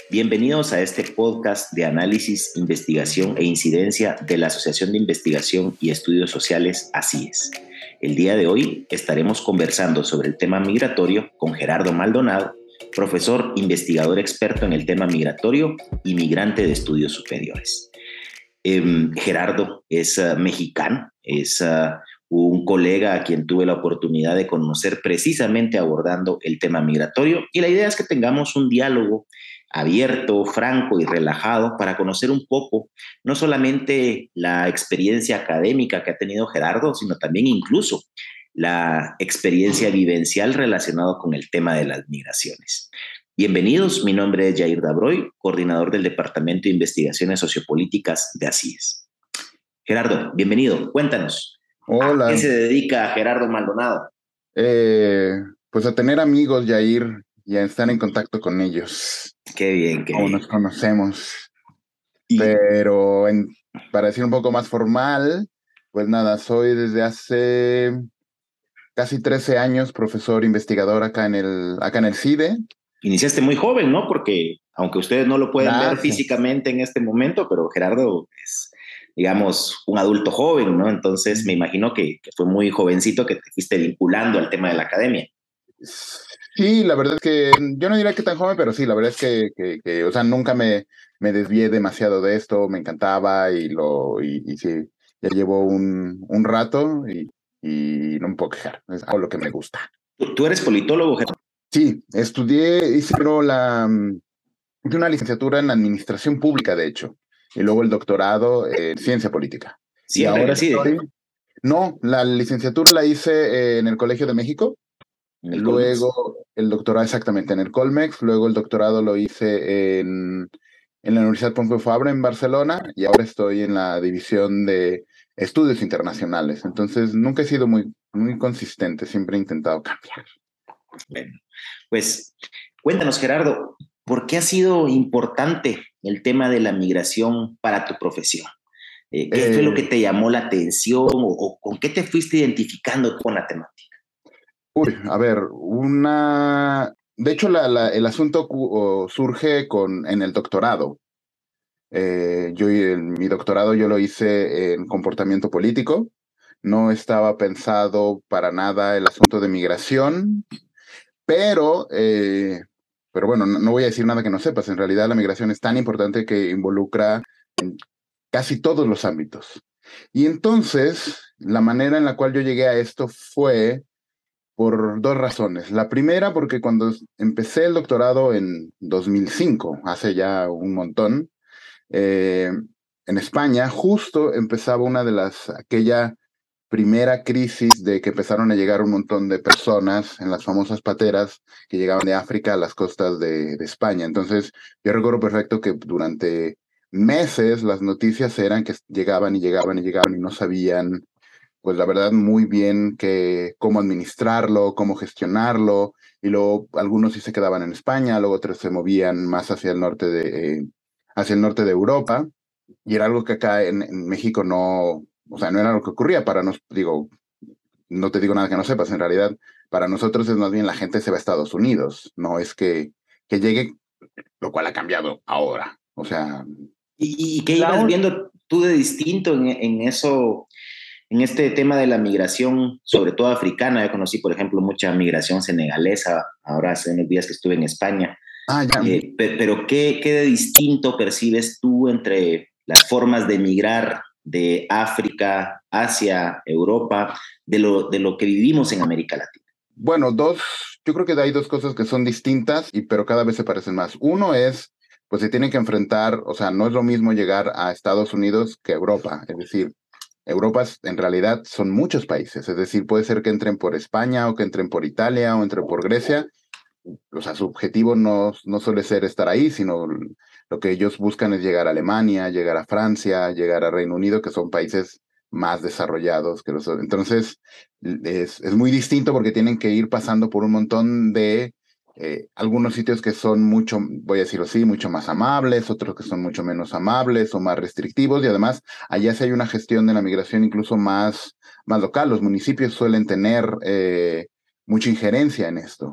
Bienvenidos a este podcast de análisis, investigación e incidencia de la Asociación de Investigación y Estudios Sociales ASIES. El día de hoy estaremos conversando sobre el tema migratorio con Gerardo Maldonado, profesor investigador experto en el tema migratorio y migrante de estudios superiores. Gerardo es mexicano, es un colega a quien tuve la oportunidad de conocer precisamente abordando el tema migratorio, y la idea es que tengamos un diálogo abierto, franco y relajado para conocer un poco no solamente la experiencia académica que ha tenido Gerardo, sino también incluso la experiencia vivencial relacionada con el tema de las migraciones. Bienvenidos, mi nombre es Jair Dabroy, coordinador del Departamento de Investigaciones Sociopolíticas de ASIES. Gerardo, bienvenido, cuéntanos. ¿A qué Hola. se dedica Gerardo Maldonado? Pues a tener amigos, Yair, y a estar en contacto con ellos, Qué bien, qué como bien. nos conocemos. Y Pero para decir un poco más formal, pues nada, soy desde hace casi 13 años profesor investigador acá en el CIDE. iniciaste muy joven, ¿no? Porque aunque ustedes no lo pueden ver Gracias. físicamente en este momento, pero Gerardo es, digamos, un adulto joven, ¿no? Entonces me imagino que fue muy jovencito que te fuiste vinculando al tema de la academia. Sí, la verdad es que yo no diría que tan joven, pero sí, la verdad es que o sea, nunca me desvié demasiado de esto, me encantaba y sí, ya llevo un rato y no me puedo quejar, es algo lo que me gusta. ¿Tú eres politólogo, Gerardo? Sí, hice primero hice una licenciatura en administración pública, de hecho, y luego el doctorado en ciencia política. Y Siempre en ahora el CIDE, no, la licenciatura la hice en el Colegio de México. en el Colmex. Luego el doctorado exactamente en el Colmex, luego el doctorado lo hice en la Universidad Pompeu Fabra en Barcelona y ahora estoy en la división de estudios internacionales. Entonces nunca he sido muy consistente, siempre he intentado cambiar. Bueno, pues cuéntanos, Gerardo, ¿por qué ha sido importante el tema de la migración para tu profesión? ¿Qué fue lo que Eh, te llamó la atención o con qué te fuiste identificando con la temática? a ver, de hecho el asunto surge en el doctorado. Mi doctorado yo lo hice en comportamiento político. No estaba pensado para nada el asunto de migración, pero, eh, pero bueno, no voy a decir nada que no sepas. En realidad la migración es tan importante que involucra casi todos los ámbitos. Y entonces, la manera en la cual yo llegué a esto fue por dos razones. La primera, porque cuando empecé el doctorado en 2005, hace ya un montón, eh, en España, justo empezaba aquella primera crisis de que empezaron a llegar un montón de personas en las famosas pateras que llegaban de África a las costas de España. Entonces, yo recuerdo perfecto que durante meses las noticias eran que llegaban y llegaban y llegaban y no sabían, pues la verdad, muy bien cómo administrarlo, cómo gestionarlo. Y luego algunos sí se quedaban en España, luego otros se movían más hacia el norte de Europa. Y era algo que acá en México no, o sea, no era lo que ocurría para nos, digo, no te digo nada que no sepas, en realidad, para nosotros es más bien la gente se va a Estados Unidos, no es que llegue, lo cual ha cambiado ahora. O sea, ¿Y qué la ibas un- viendo tú de distinto en eso, en este tema de la migración, sobre todo africana? Yo conocí, por ejemplo, mucha migración senegalesa, ahora hace unos días que estuve en España. ya. Pero ¿qué de distinto percibes tú entre las formas de migrar de África hacia Europa, de lo que vivimos en América Latina? Bueno, yo creo que hay dos cosas que son distintas, pero cada vez se parecen más. Uno es, pues se tienen que enfrentar, o sea, no es lo mismo llegar a Estados Unidos que a Europa. Es decir, Europa en realidad son muchos países. Es decir, puede ser que entren por España o que entren por Italia o entren por Grecia. O sea, su objetivo no suele ser estar ahí, sino lo que ellos buscan es llegar a Alemania, llegar a Francia, llegar a Reino Unido, que son países más desarrollados que los otros. Entonces, es muy distinto porque tienen que ir pasando por un montón de algunos sitios que son mucho, voy a decirlo así, mucho más amables, otros que son mucho menos amables o más restrictivos, y además allá sí hay una gestión de la migración incluso más local. Los municipios suelen tener mucha injerencia en esto.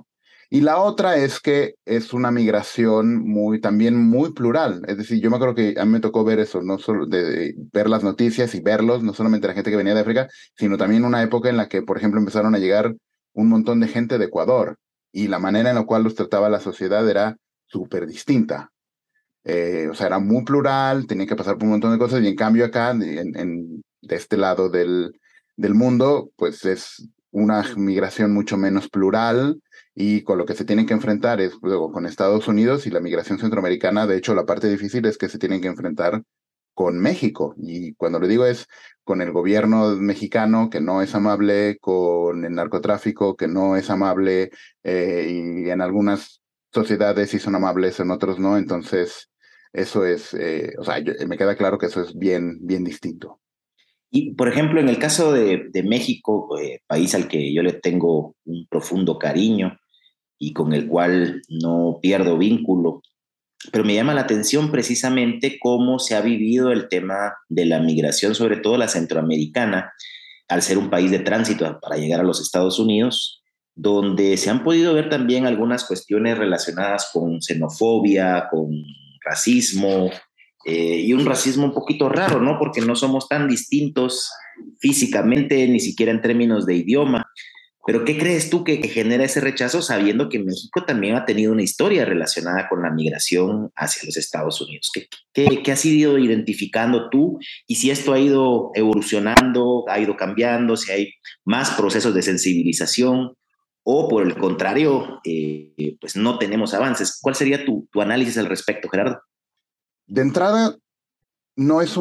Y la otra es que es una migración también muy plural. Es decir, yo me acuerdo que a mí me tocó ver eso, no solo de ver las noticias y verlos, no solamente la gente que venía de África, sino también una época en la que, por ejemplo, empezaron a llegar un montón de gente de Ecuador y la manera en la cual los trataba la sociedad era súper distinta. O sea, era muy plural, tenía que pasar por un montón de cosas y en cambio acá, de este lado del mundo, pues es una migración mucho menos plural y con lo que se tienen que enfrentar es luego con Estados Unidos y la migración centroamericana. De hecho, la parte difícil es que se tienen que enfrentar con México. Y cuando le digo es con el gobierno mexicano, que no es amable, con el narcotráfico, que no es amable, y en algunas sociedades sí son amables, en otros no. Entonces, eso es, o sea, me queda claro que eso es bien, bien distinto. Y, por ejemplo, en el caso de México, país al que yo le tengo un profundo cariño y con el cual no pierdo vínculo, pero me llama la atención precisamente cómo se ha vivido el tema de la migración, sobre todo la centroamericana, al ser un país de tránsito para llegar a los Estados Unidos, donde se han podido ver también algunas cuestiones relacionadas con xenofobia, con racismo, y un racismo un poquito raro, ¿no? Porque no somos tan distintos físicamente, ni siquiera en términos de idioma. Pero ¿qué crees tú que genera ese rechazo sabiendo que México también ha tenido una historia relacionada con la migración hacia los Estados Unidos? ¿Qué has ido identificando tú? Y si esto ha ido evolucionando, ha ido cambiando, si hay más procesos de sensibilización o por el contrario, pues no tenemos avances. ¿Cuál sería tu análisis al respecto, Gerardo? De entrada, no es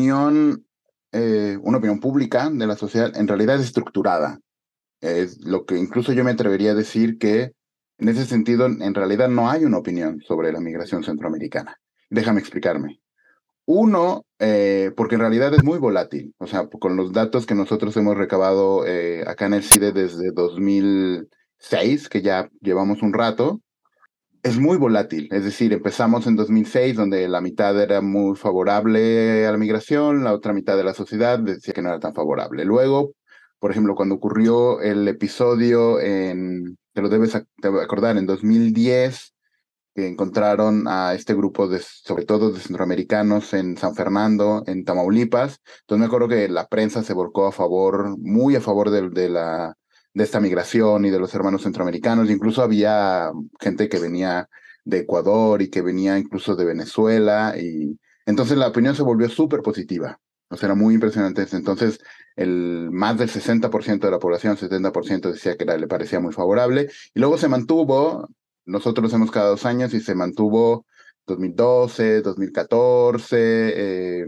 una opinión pública de la sociedad, en realidad es estructurada. Es lo que incluso yo me atrevería a decir que en ese sentido, en realidad no hay una opinión sobre la migración centroamericana. Déjame explicarme. Uno, porque en realidad es muy volátil. O sea, con los datos que nosotros hemos recabado acá en el CIDE desde 2006, que ya llevamos un rato, es muy volátil. Es decir, empezamos en 2006, donde la mitad era muy favorable a la migración, la otra mitad de la sociedad decía que no era tan favorable. Luego, por ejemplo, cuando ocurrió el episodio te lo debes acordar, en 2010, que encontraron a este grupo sobre todo de centroamericanos en San Fernando, en Tamaulipas. Entonces me acuerdo que la prensa se volcó muy a favor de esta migración y de los hermanos centroamericanos. Incluso había gente que venía de Ecuador y que venía incluso de Venezuela. Y entonces la opinión se volvió súper positiva. O sea, era muy impresionante. Entonces, más del 60% de la población, 70% decía que le parecía muy favorable. Y luego se mantuvo. Nosotros lo hacemos cada 2 años y se mantuvo 2012, 2014,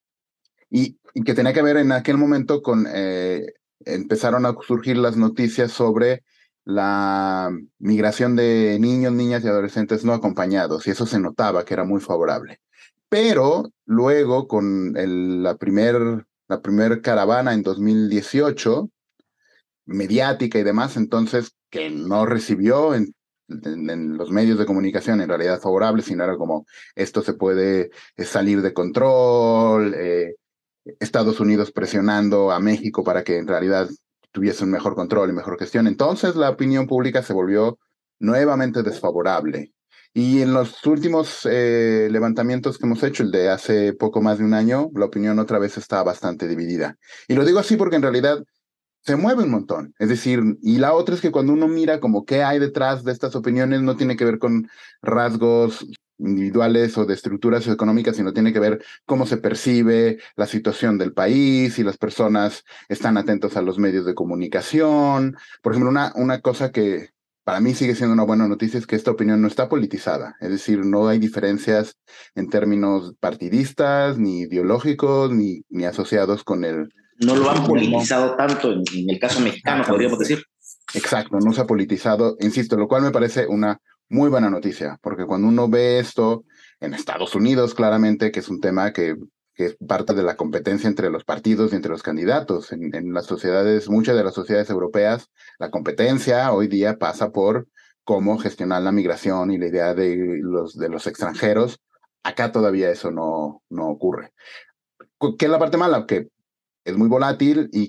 y que tenía que ver en aquel momento empezaron a surgir las noticias sobre la migración de niños, niñas y adolescentes no acompañados, y eso se notaba que era muy favorable. Pero luego, con la primer caravana en 2018, mediática y demás, entonces, que no recibió en los medios de comunicación en realidad favorables, sino era como esto se puede salir de control, Estados Unidos presionando a México para que en realidad tuviese un mejor control y mejor gestión. Entonces la opinión pública se volvió nuevamente desfavorable. Y en los últimos levantamientos que hemos hecho, el de hace poco más de un año, la opinión otra vez está bastante dividida. Y lo digo así porque en realidad se mueve un montón. Es decir, y la otra es que cuando uno mira como qué hay detrás de estas opiniones, no tiene que ver con rasgos individuales o de estructuras económicas, sino tiene que ver cómo se percibe la situación del país y las personas están atentos a los medios de comunicación. Por ejemplo, una cosa que para mí sigue siendo una buena noticia es que esta opinión no está politizada. Es decir, no hay diferencias en términos partidistas, ni ideológicos, ni asociados con el No lo han gobierno. politizado tanto en el caso mexicano, podríamos Exactamente. decir. Exacto, no se ha politizado, insisto, lo cual me parece una muy buena noticia, porque cuando uno ve esto en Estados Unidos, claramente que es un tema que es parte de la competencia entre los partidos y entre los candidatos. En las sociedades, muchas de las sociedades europeas, la competencia hoy día pasa por cómo gestionar la migración y la idea de los extranjeros. Acá todavía eso no ocurre. ¿Qué es la parte mala? Que es muy volátil y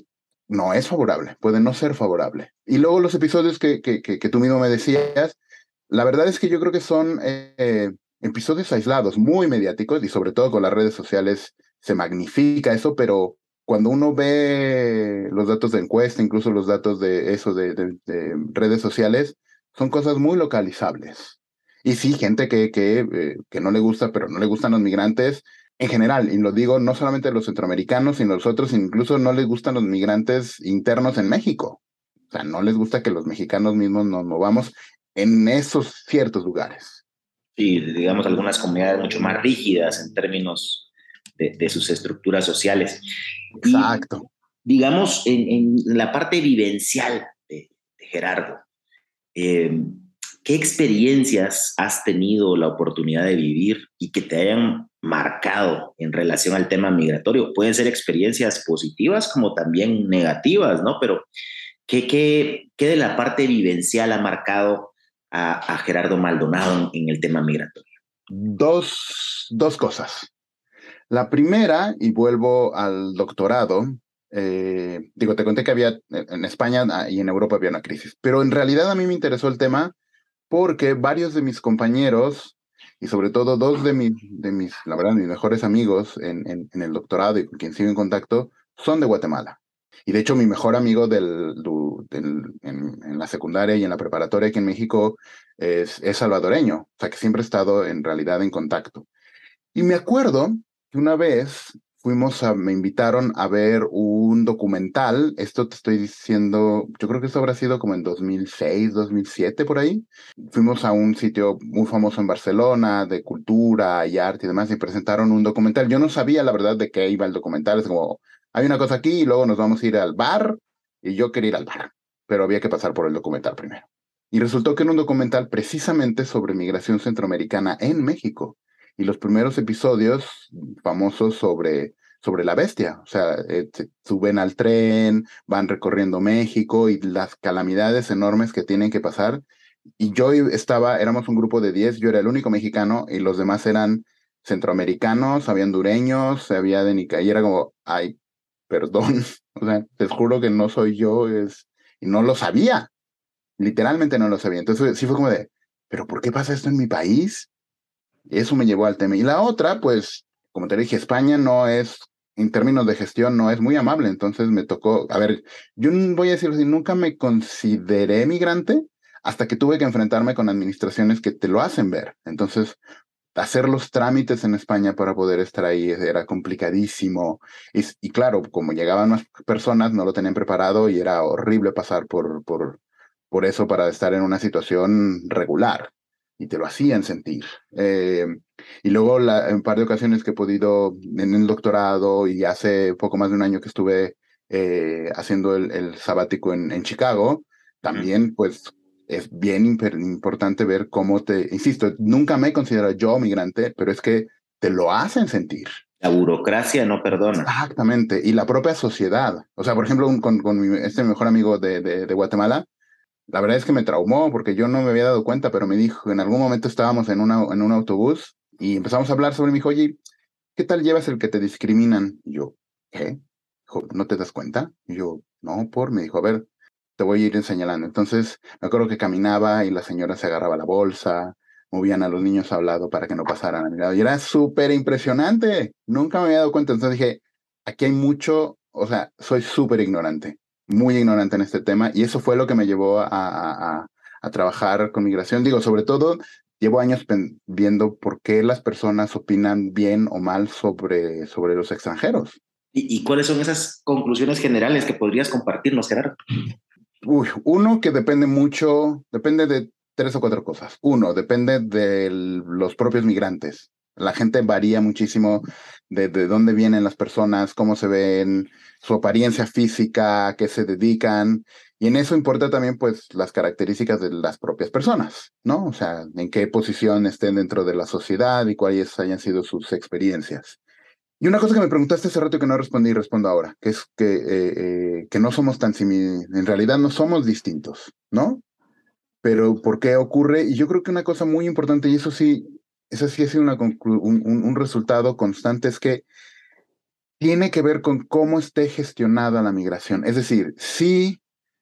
no es favorable, puede no ser favorable. Y luego los episodios que tú mismo me decías, la verdad es que yo creo que son episodios aislados, muy mediáticos, y sobre todo con las redes sociales se magnifica eso, pero cuando uno ve los datos de encuesta, incluso los datos de eso de redes sociales, son cosas muy localizables. Y sí, gente que no le gusta, pero no le gustan los migrantes en general, y lo digo no solamente los centroamericanos, sino los otros, incluso no les gustan los migrantes internos en México. O sea, no les gusta que los mexicanos mismos nos movamos en esos ciertos lugares. Y digamos algunas comunidades mucho más rígidas en términos de sus estructuras sociales. Y Exacto. digamos, en la parte vivencial de Gerardo, eh, ¿qué experiencias has tenido la oportunidad de vivir y que te hayan marcado en relación al tema migratorio? Pueden ser experiencias positivas como también negativas, ¿no? Pero ¿qué de la parte vivencial ha marcado a Gerardo Maldonado en el tema migratorio? Dos cosas. La primera, y vuelvo al doctorado, te conté que había en España y en Europa había una crisis, pero en realidad a mí me interesó el tema porque varios de mis compañeros, y sobre todo dos de mis la verdad, mis mejores amigos en el doctorado y con quien sigo en contacto, son de Guatemala. Y de hecho, mi mejor amigo en la secundaria y en la preparatoria aquí en México es salvadoreño, o sea que siempre he estado en realidad en contacto. Y me acuerdo que una vez me invitaron a ver un documental, esto te estoy diciendo, yo creo que eso habrá sido como en 2006, 2007 por ahí. Fuimos a un sitio muy famoso en Barcelona de cultura y arte y demás y presentaron un documental. Yo no sabía la verdad de qué iba el documental, es como, hay una cosa aquí y luego nos vamos a ir al bar y yo quería ir al bar, pero había que pasar por el documental primero. Y resultó que era un documental precisamente sobre migración centroamericana en México y los primeros episodios famosos sobre la bestia. O sea, se suben al tren, van recorriendo México y las calamidades enormes que tienen que pasar. Y éramos un grupo de 10, yo era el único mexicano y los demás eran centroamericanos, había hondureños, había de Nica, y era como, ay, perdón, o sea, te juro que no soy yo, y no lo sabía, literalmente no lo sabía. Entonces sí fue como de, ¿pero por qué pasa esto en mi país? Y eso me llevó al tema. Y la otra, pues, como te dije, España no es, en términos de gestión, no es muy amable. Entonces me tocó, a ver, voy a decirlo así, nunca me consideré migrante hasta que tuve que enfrentarme con administraciones que te lo hacen ver. Entonces, hacer los trámites en España para poder estar ahí era complicadísimo. Y claro, como llegaban más personas, no lo tenían preparado y era horrible pasar por eso para estar en una situación regular. Y te lo hacían sentir. Eh, y luego, en un par de ocasiones que he podido, en el doctorado y hace poco más de un año que estuve haciendo el sabático en Chicago, Ujú. también, pues, es bien importante ver cómo insisto, nunca me he considerado yo migrante, pero es que te lo hacen sentir. La burocracia no perdona. Exactamente. Y la propia sociedad. O sea, por ejemplo, con este mejor amigo de Guatemala, la verdad es que me traumó porque yo no me había dado cuenta, pero me dijo, en algún momento estábamos en un autobús y empezamos a hablar sobre, me dijo, oye, ¿qué tal llevas el que te discriminan? Y yo, ¿qué? Dijo, ¿no te das cuenta? Y yo, no, me dijo, a ver, te voy a ir señalando. Entonces, me acuerdo que caminaba y la señora se agarraba la bolsa, movían a los niños a un lado para que no pasaran a mi lado. Y era súper impresionante. Nunca me había dado cuenta. Entonces dije, aquí hay mucho, o sea, soy súper ignorante, muy ignorante en este tema. Y eso fue lo que me llevó a trabajar con migración. Digo, sobre todo llevo años viendo por qué las personas opinan bien o mal sobre los extranjeros. ¿Y cuáles son esas conclusiones generales que podrías compartirnos, Gerardo? Uy, uno que depende mucho, depende de tres o cuatro cosas. Uno, depende de los propios migrantes. La gente varía muchísimo de dónde vienen las personas, cómo se ven, su apariencia física, a qué se dedican. Y en eso importa también, pues, las características de las propias personas, ¿no? O sea, en qué posición estén dentro de la sociedad y cuáles hayan sido sus experiencias. Y una cosa que me preguntaste hace rato y que no respondí y respondo ahora, que es que no somos en realidad no somos distintos, ¿no? Pero ¿por qué ocurre? Y yo creo que una cosa muy importante, y eso sí ha sido un resultado constante, es que tiene que ver con cómo esté gestionada la migración. Es decir, si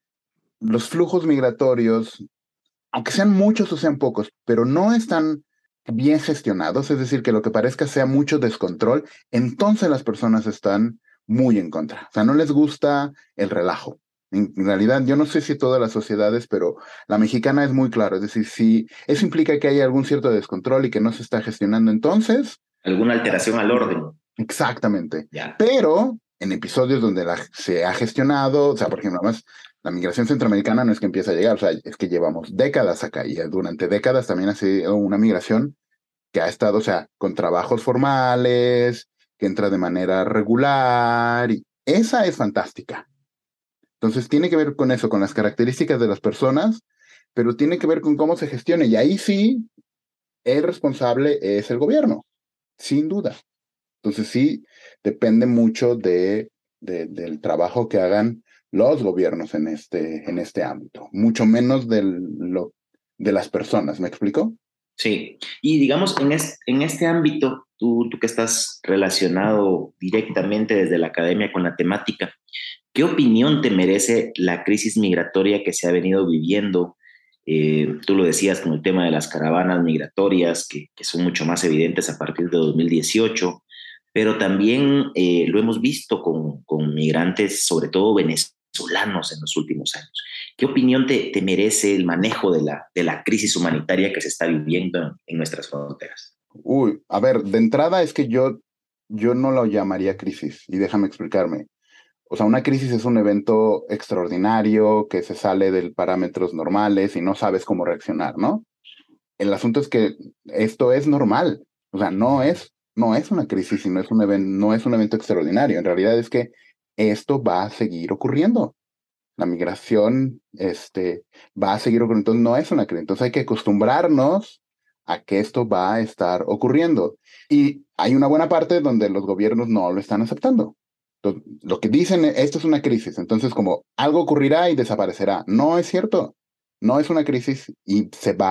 los flujos migratorios, aunque sean muchos o sean pocos, pero no están bien gestionados, es decir, que lo que parezca sea mucho descontrol, entonces las personas están muy en contra. O sea, no les gusta el relajo. En realidad, yo no sé si todas las sociedades, pero la mexicana es muy claro. Es decir, si eso implica que hay algún cierto descontrol y que no se está gestionando, entonces ¿Alguna alteración al orden? exactamente. Ya. Pero en episodios donde se ha gestionado, o sea, por ejemplo, además, la migración centroamericana no es que empiece a llegar, o sea, es que llevamos décadas acá y durante décadas también ha sido una migración que ha estado, o sea, con trabajos formales, que entra de manera regular, y esa es fantástica. Entonces, tiene que ver con eso, con las características de las personas, pero tiene que ver con cómo se gestione. Y ahí sí, el responsable es el gobierno, sin duda. Entonces sí, depende mucho del trabajo que hagan los gobiernos en este ámbito, mucho menos de las personas, ¿me explico? Sí, y digamos, en este ámbito, tú que estás relacionado directamente desde la academia con la temática, ¿qué opinión te merece la crisis migratoria que se ha venido viviendo? Tú lo decías con el tema de las caravanas migratorias, que son mucho más evidentes a partir de 2018, pero también lo hemos visto con migrantes, sobre todo venezolanos, en los últimos años. ¿Qué opinión te merece el manejo de la crisis humanitaria que se está viviendo en nuestras fronteras? Uy, a ver, de entrada es que yo no lo llamaría crisis, y déjame explicarme. O sea, una crisis es un evento extraordinario que se sale de parámetros normales y no sabes cómo reaccionar, ¿no? El asunto es que esto es normal. O sea, no es una crisis y no es un evento extraordinario. En realidad es que esto va a seguir ocurriendo. La migración, va a seguir ocurriendo. Entonces, no es una crisis. Entonces, hay que acostumbrarnos a que esto va a estar ocurriendo. Y hay una buena parte donde los gobiernos no lo están aceptando. Entonces, lo que dicen, esto es una crisis. Entonces, como algo ocurrirá y desaparecerá. No es cierto. No es una crisis y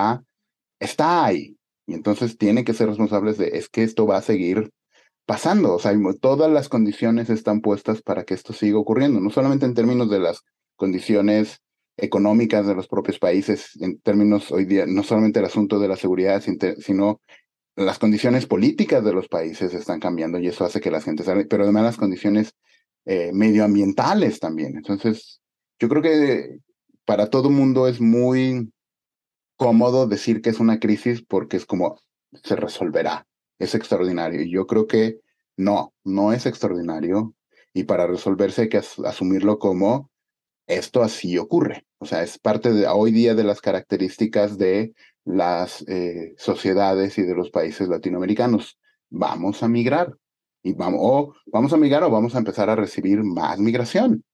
está ahí. Y entonces tiene que ser responsables es que esto va a seguir pasando. O sea, todas las condiciones están puestas para que esto siga ocurriendo, no solamente en términos de las condiciones económicas de los propios países, en términos hoy día, no solamente el asunto de la seguridad, sino las condiciones políticas de los países están cambiando y eso hace que la gente salga, pero además las condiciones medioambientales también. Entonces, yo creo que para todo mundo es muy cómodo decir que es una crisis porque es como se resolverá, es extraordinario. Y yo creo que no es extraordinario y para resolverse hay que asumirlo como esto así ocurre. O sea, es parte de hoy día de las características de las sociedades y de los países latinoamericanos. Vamos a migrar y vamos a migrar o vamos a empezar a recibir más migración.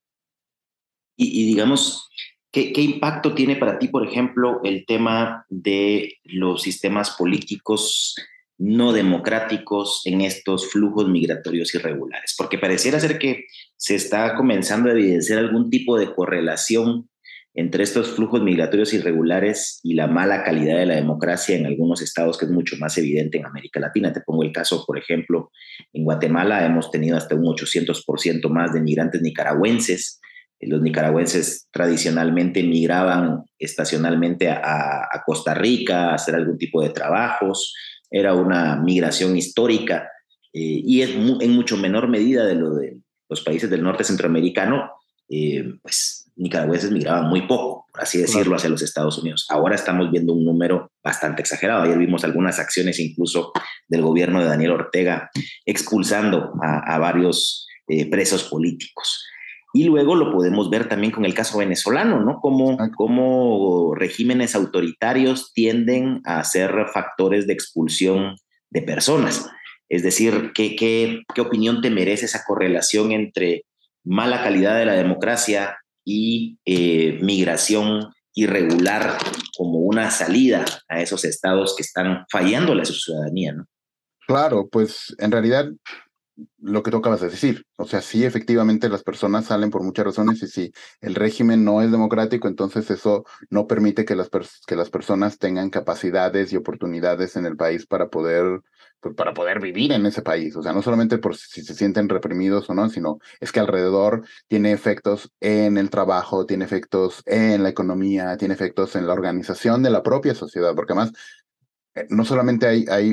Y digamos, ¿qué impacto tiene para ti, por ejemplo, el tema de los sistemas políticos no democráticos en estos flujos migratorios irregulares? Porque pareciera ser que se está comenzando a evidenciar algún tipo de correlación entre estos flujos migratorios irregulares y la mala calidad de la democracia en algunos estados, que es mucho más evidente en América Latina. Te pongo el caso, por ejemplo, en Guatemala hemos tenido hasta un 800% más de migrantes nicaragüenses. Los nicaragüenses tradicionalmente migraban estacionalmente a Costa Rica a hacer algún tipo de trabajos. Era una migración histórica y es en mucho menor medida de lo de los países del norte centroamericano. Pues nicaragüenses migraban muy poco, por así decirlo, Claro. hacia los Estados Unidos. Ahora estamos viendo un número bastante exagerado. Ayer vimos algunas acciones incluso del gobierno de Daniel Ortega expulsando a varios presos políticos. Y luego lo podemos ver también con el caso venezolano, ¿no? Cómo regímenes autoritarios tienden a ser factores de expulsión de personas. Es decir, ¿qué opinión te merece esa correlación entre mala calidad de la democracia y migración irregular como una salida a esos estados que están fallándole a su ciudadanía, ¿no? Claro, pues en realidad lo que tú acabas de decir. O sea, sí, efectivamente las personas salen por muchas razones y si el régimen no es democrático, entonces eso no permite que que las personas tengan capacidades y oportunidades en el país para poder, pues, para poder vivir en ese país. O sea, no solamente por si se sienten reprimidos o no, sino es que alrededor tiene efectos en el trabajo, tiene efectos en la economía, tiene efectos en la organización de la propia sociedad, porque además no solamente hay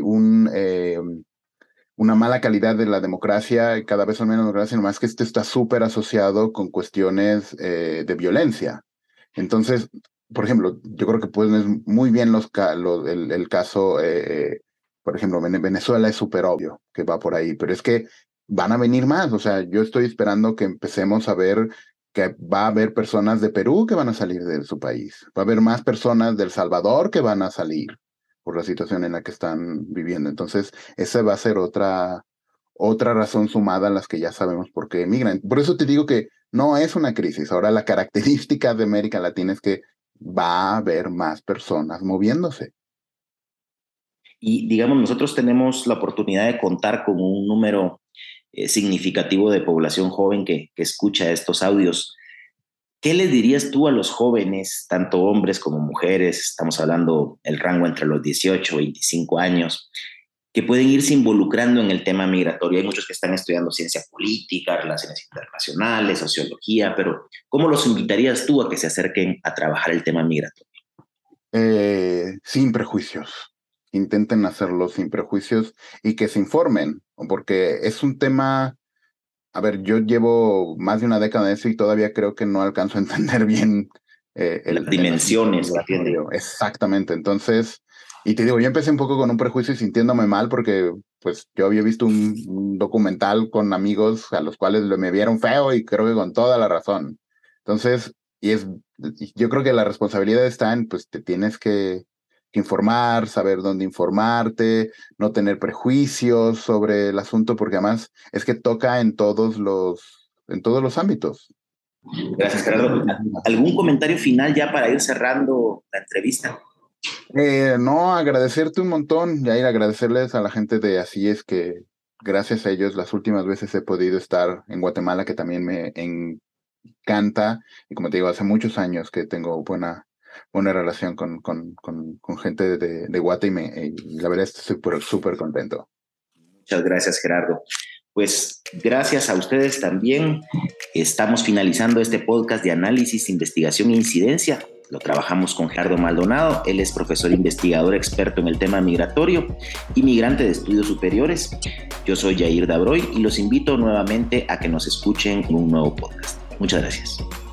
una mala calidad de la democracia, cada vez son menos democracia, sino más que esto está súper asociado con cuestiones de violencia. Entonces, por ejemplo, yo creo que pueden muy bien el caso, por ejemplo, Venezuela es súper obvio que va por ahí, pero es que van a venir más. O sea, yo estoy esperando que empecemos a ver que va a haber personas de Perú que van a salir de su país, va a haber más personas de El Salvador que van a salir por la situación en la que están viviendo. Entonces, esa va a ser otra razón sumada a las que ya sabemos por qué emigran. Por eso te digo que no es una crisis. Ahora la característica de América Latina es que va a haber más personas moviéndose. Y digamos, nosotros tenemos la oportunidad de contar con un número significativo de población joven que escucha estos audios. ¿Qué les dirías tú a los jóvenes, tanto hombres como mujeres? Estamos hablando el rango entre los 18 y 25 años, que pueden irse involucrando en el tema migratorio. Hay muchos que están estudiando ciencia política, relaciones internacionales, sociología, pero ¿cómo los invitarías tú a que se acerquen a trabajar el tema migratorio? Sin prejuicios. Intenten hacerlo sin prejuicios y que se informen, porque es un tema. A ver, yo llevo más de una década en eso y todavía creo que no alcanzo a entender bien Las dimensiones que tiene. Exactamente. Entonces, y te digo, yo empecé un poco con un prejuicio y sintiéndome mal porque pues yo había visto un documental con amigos a los cuales me vieron feo y creo que con toda la razón. Entonces, yo creo que la responsabilidad está en, pues te tienes que informar, saber dónde informarte, no tener prejuicios sobre el asunto, porque además es que toca en todos los ámbitos. Gracias, Gerardo. ¿Algún comentario final ya para ir cerrando la entrevista? No, agradecerte un montón, y agradecerles a la gente de Así Es, que gracias a ellos las últimas veces he podido estar en Guatemala, que también me encanta, y como te digo, hace muchos años que tengo buena relación con gente de Guate y la verdad estoy súper contento. Muchas gracias, Gerardo. Pues gracias a ustedes también. Estamos finalizando este podcast de análisis, investigación e incidencia. Lo trabajamos con Gerardo Maldonado. Él es profesor investigador experto en el tema migratorio y migrante de estudios superiores. Yo soy Yair Dabroy y los invito nuevamente a que nos escuchen en un nuevo podcast. Muchas gracias.